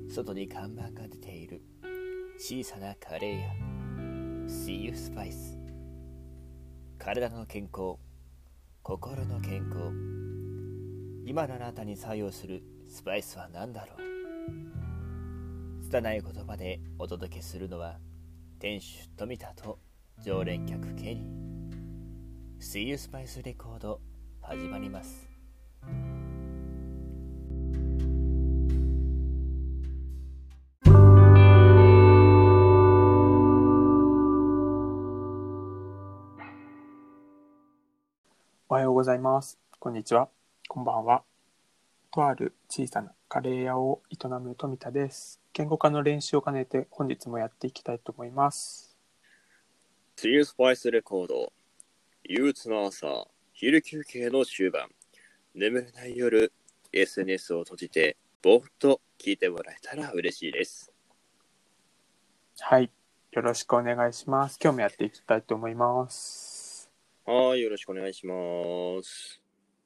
外に看板が出ている小さなカレー屋 See You Spice。 体の健康、心の健康、今のあなたに作用するスパイスは何だろう。拙い言葉でお届けするのは店主富田と常連客ケニー。 See You Spice レコード始まります。 おはようございます。こんにちは。こんばんは。とある小さなカレー屋を営む富田です。言語化の練習を兼ねて本日もやっていきたいと思います。 See You Spice レコード、憂鬱な朝、昼休憩の終盤、眠れない夜、SNS を閉じてぼーっと聞いてもらえたら嬉しいです。 はい。よろしくお願いします。今日もやっていきたいと思います。 はい、よろしくお願いします。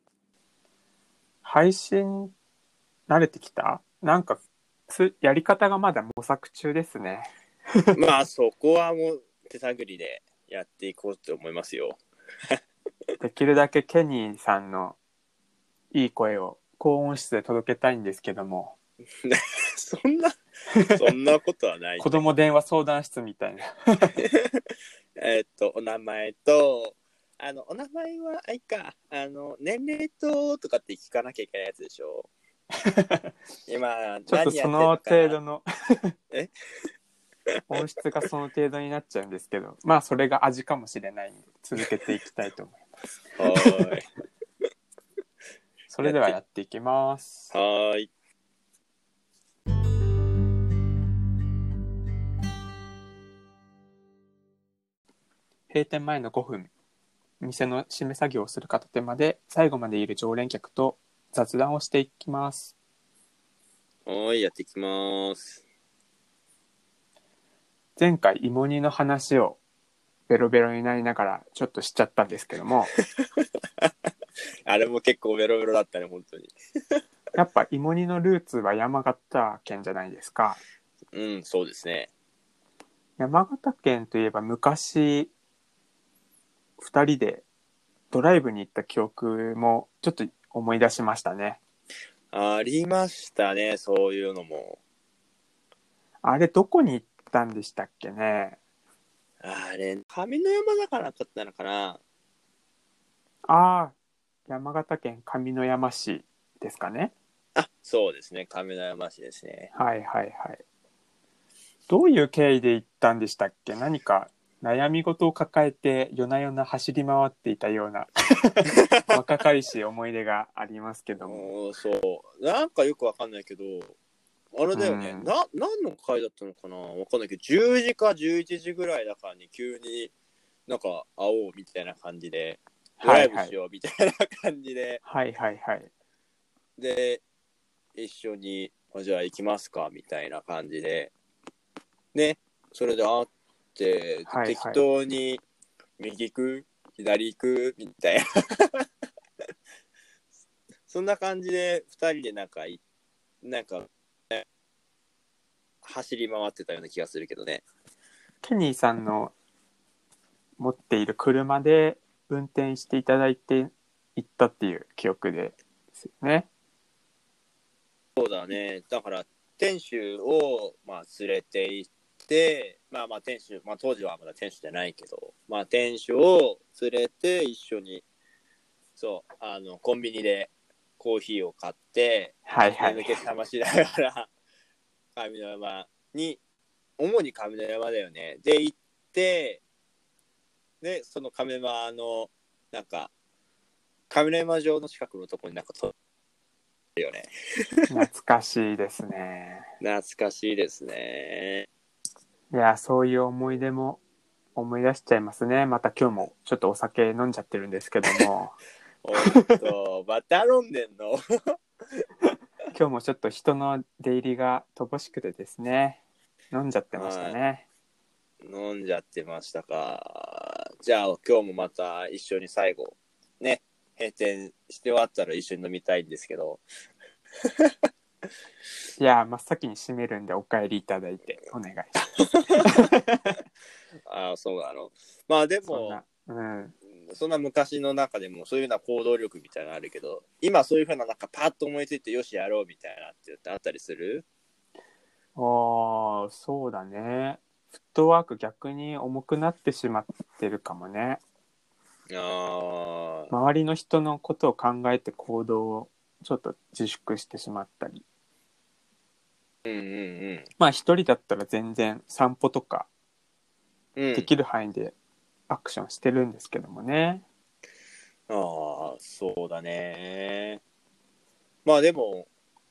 配信慣れてきた？なんかやり方がまだ模索中ですね。 まあそこはもう手探りでやっていこうと思いますよ。 できるだけケニーさんのいい声を高音質で届けたいんですけどもそんなことはない。 子供電話相談室みたいなお名前とお名前はあいか年齢とかって聞かなきゃいけないやつでしょ。今ちょっとその程度の音質がその程度になっちゃうんですけど、まあそれが味かもしれないんで続けていきたいと思います。 はい。 それではやっていきます。 はい。 閉店前の5分、店の締め作業をする片手まで最後までいる常連客と雑談をしていきます。 はい、やっていきます。 前回芋煮の話をベロベロになりながらちょっとしちゃったんですけどもあれも結構ベロベロだったね、本当に。 やっぱ芋煮のルーツは山形県じゃないですか。 うん、そうですね。 山形県といえば昔2人でドライブに行った記憶もちょっと思い出しましたね。 ありましたね、そういうのも。 あれどこに行ったんでしたっけね。 あれ、上山だからだったのかな。 ああ、山形県上山市ですかね。 あ、そうですね、上山市ですね。 はいはいはい。どういう経緯で行ったんでしたっけ。何か悩み事を抱えて夜な夜な走り回っていたような若かりしい思い出がありますけども。 そう。なんかよくわかんないけど、あれだよね。 うん何の回だったのかなわかんないけど、10時か11時ぐらいだからに急になんか会おうみたいな感じで、ドライブしようみたいな感じで、 はいはいはい。 で、一緒に、じゃあ行きますかみたいな感じで、ね、それで会って、 はいはい適当に右行く左行くみたいなそんな感じで2人でなんか走り回ってたような気がするけどね。 ケニーさんの持っている車で運転していただいて行ったっていう記憶ですよね。 そうだね。だから店主を連れて行って、店主、当時はまだ店主じゃないけど、店主を連れて一緒にコンビニでコーヒーを買って、 はいはい。 眠気覚ましながら上山に、主に上山だよね。で行って、でその上山のなんか上山城の近くのところになんか撮るよね。 懐かしいですね。 懐かしいですね。 いや、そういう思い出も思い出しちゃいますね。また今日もちょっとお酒飲んじゃってるんですけどもおっとまた飲んでんの今日もちょっと人の出入りが乏しくてですね、飲んじゃってましたね。 飲んじゃってましたか。じゃあ今日もまた一緒に最後ね、閉店して終わったら一緒に飲みたいんですけどいや、真っ先に閉めるんでお帰りいただいてお願いしああ、そうなの。まあでます。そんもな、うん。 そんな昔の中でもそういうような行動力みたいなのあるけど、今そういうふうななんかパッと思いついてよしやろうみたいなってあったりする？ ああ、そうだね。フットワーク逆に重くなってしまってるかもね。 ああ、 周りの人のことを考えて行動をちょっと自粛してしまったり。 うんうんまあ一人だったら全然散歩とかうん。うん。 できる範囲でアクションしてるんですけどもね。 ああ、そうだね。まあでも、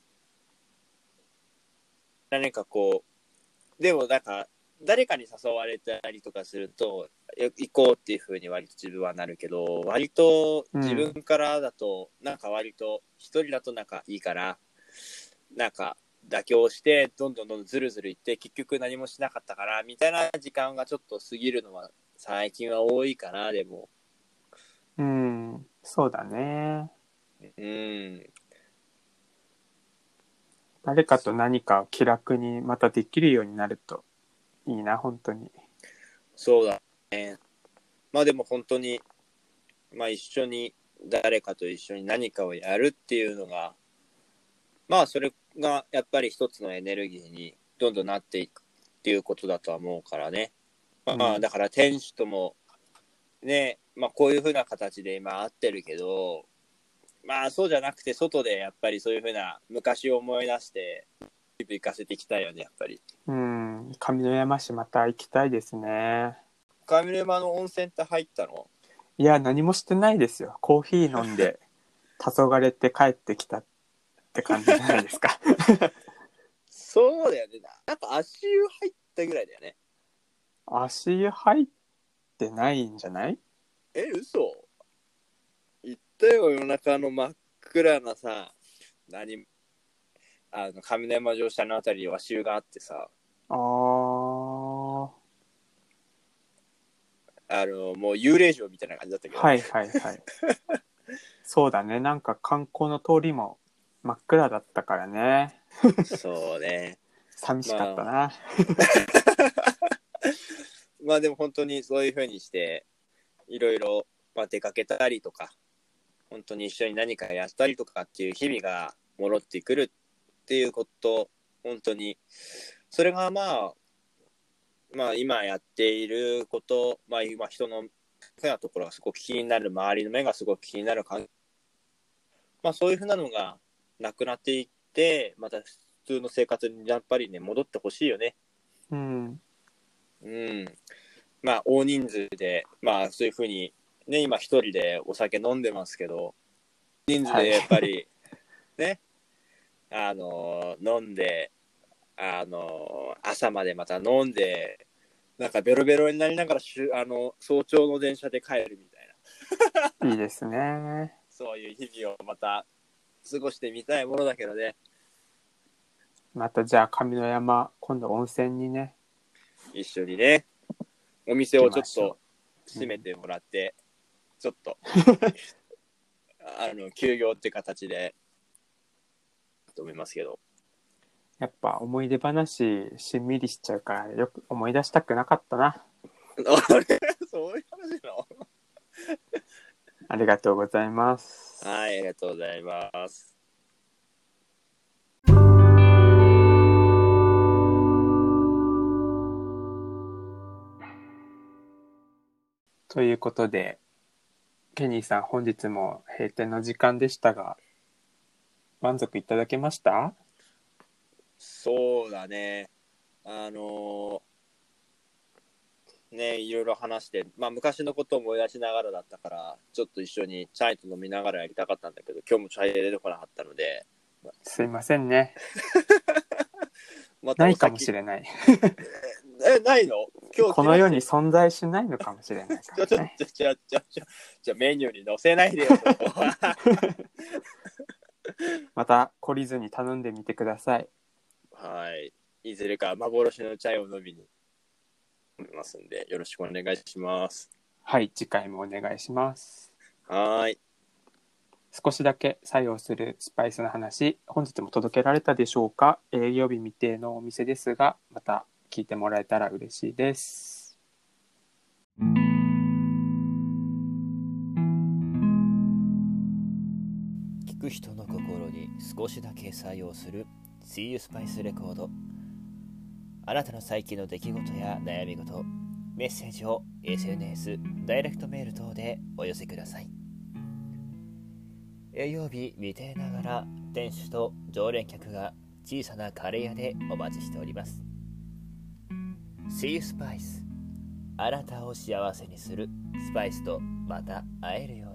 何かこう、でもなんか、誰かに誘われたりとかすると、行こうっていうふうに割と自分はなるけど、割と自うん。 分からだと、なんか割と一人だとなんかいいから、なんか妥協して、どんどんどんどんずるずるいって、結局何もしなかったから、みたいな時間がちょっと過ぎるのは最近は多いかな、でも。 うん。そうだね。 うん。 誰かと何かを気楽にまたできるようになるといいな、本当に。 そうだね。まあでも本当に、まあ一緒に、誰かと一緒に何かをやるっていうのが、まあそれがやっぱり一つのエネルギーにどんどんなっていくっていうことだとは思うからね。まあうん。 だから店主ともね、まあこういう風な形で今会ってるけど、まあそうじゃなくて外でやっぱりそういう風な昔を思い出して行かせていきたいよね、やっぱり。 うん。上山市また行きたいですね。 上沼の温泉って入ったの？ いや、何もしてないですよ。コーヒー飲んで、黄昏て帰ってきたって感じじゃないですか。 そうだよね。なんか足湯入ったぐらいだよね。 足湯入ってないんじゃない？ 嘘？行ったよ、夜中の真っ暗なさ、上山城下のあたりに足湯があってさ、 あー。 もう幽霊城みたいな感じだったけどね。 はいはいはい。そうだね。なんか観光の通りも真っ暗だったからね。 そうね。 寂しかったまあ、 な。 まあでも本当にそういう風にして、いろいろまあ出かけたりとか、本当に一緒に何かやったりとかっていう日々が戻ってくるっていうこと、本当に、それがまあ今やっていること、まあ今人のふうなところがすごく気になる、周りの目がすごく気になる感じ、まあそういうふうなのがなくなっていって、また普通の生活にやっぱりね、戻ってほしいよね。 うん。 うん。まあ大人数で、まあそういうふうに、ね、今一人でお酒飲んでますけど、人数はい。 でやっぱりね、飲んで、朝までまた飲んで、なんかベロベロになりながら早朝の電車で帰るみたいな、 いいですね。 そういう日々をまた過ごしてみたいものだけどね、 またじゃあ上山、今度温泉にね、 一緒にね、お店行きをちょっとましょう。うん、 閉めてもらって、ちょっと、休業って形で、と思いますけど。 やっぱ思い出話しんみりしちゃうからよく思い出したくなかったな。 あれそういう話なの？ ありがとうございます。 はい、ありがとうございます。 ということで、ケニーさん本日も閉店の時間でしたが、満足いただけました？ そうだね。あのね、いろいろ話して、まあ昔のことを思い出しながらだったから、ちょっと一緒にチャイと飲みながらやりたかったんだけど、今日もチャイで出てこなかったので、 すいませんね。 またないかもお先、 しれない。 ないの？今日この世に存在しないのかもしれないからね。 じゃメニューに載せないでよ、そこは。 また懲りずに頼んでみてください。 はい。いずれか幻のチャイを飲みに思いますんで、よろしくお願いします。 はい、次回もお願いします。 はい。 少しだけ作用するスパイスの話、本日も届けられたでしょうか。営業日未定のお店ですが、また聞いてもらえたら嬉しいです。 聞く人の心に少しだけ作用する See You Spice レコード。あなたの最近の出来事や悩み事、メッセージを SNS、ダイレクトメール等でお寄せください。営業日未定ながら店主と常連客が小さなカレー屋でお待ちしております。 See You Spice、 あなたを幸せにするスパイスとまた会えるよ。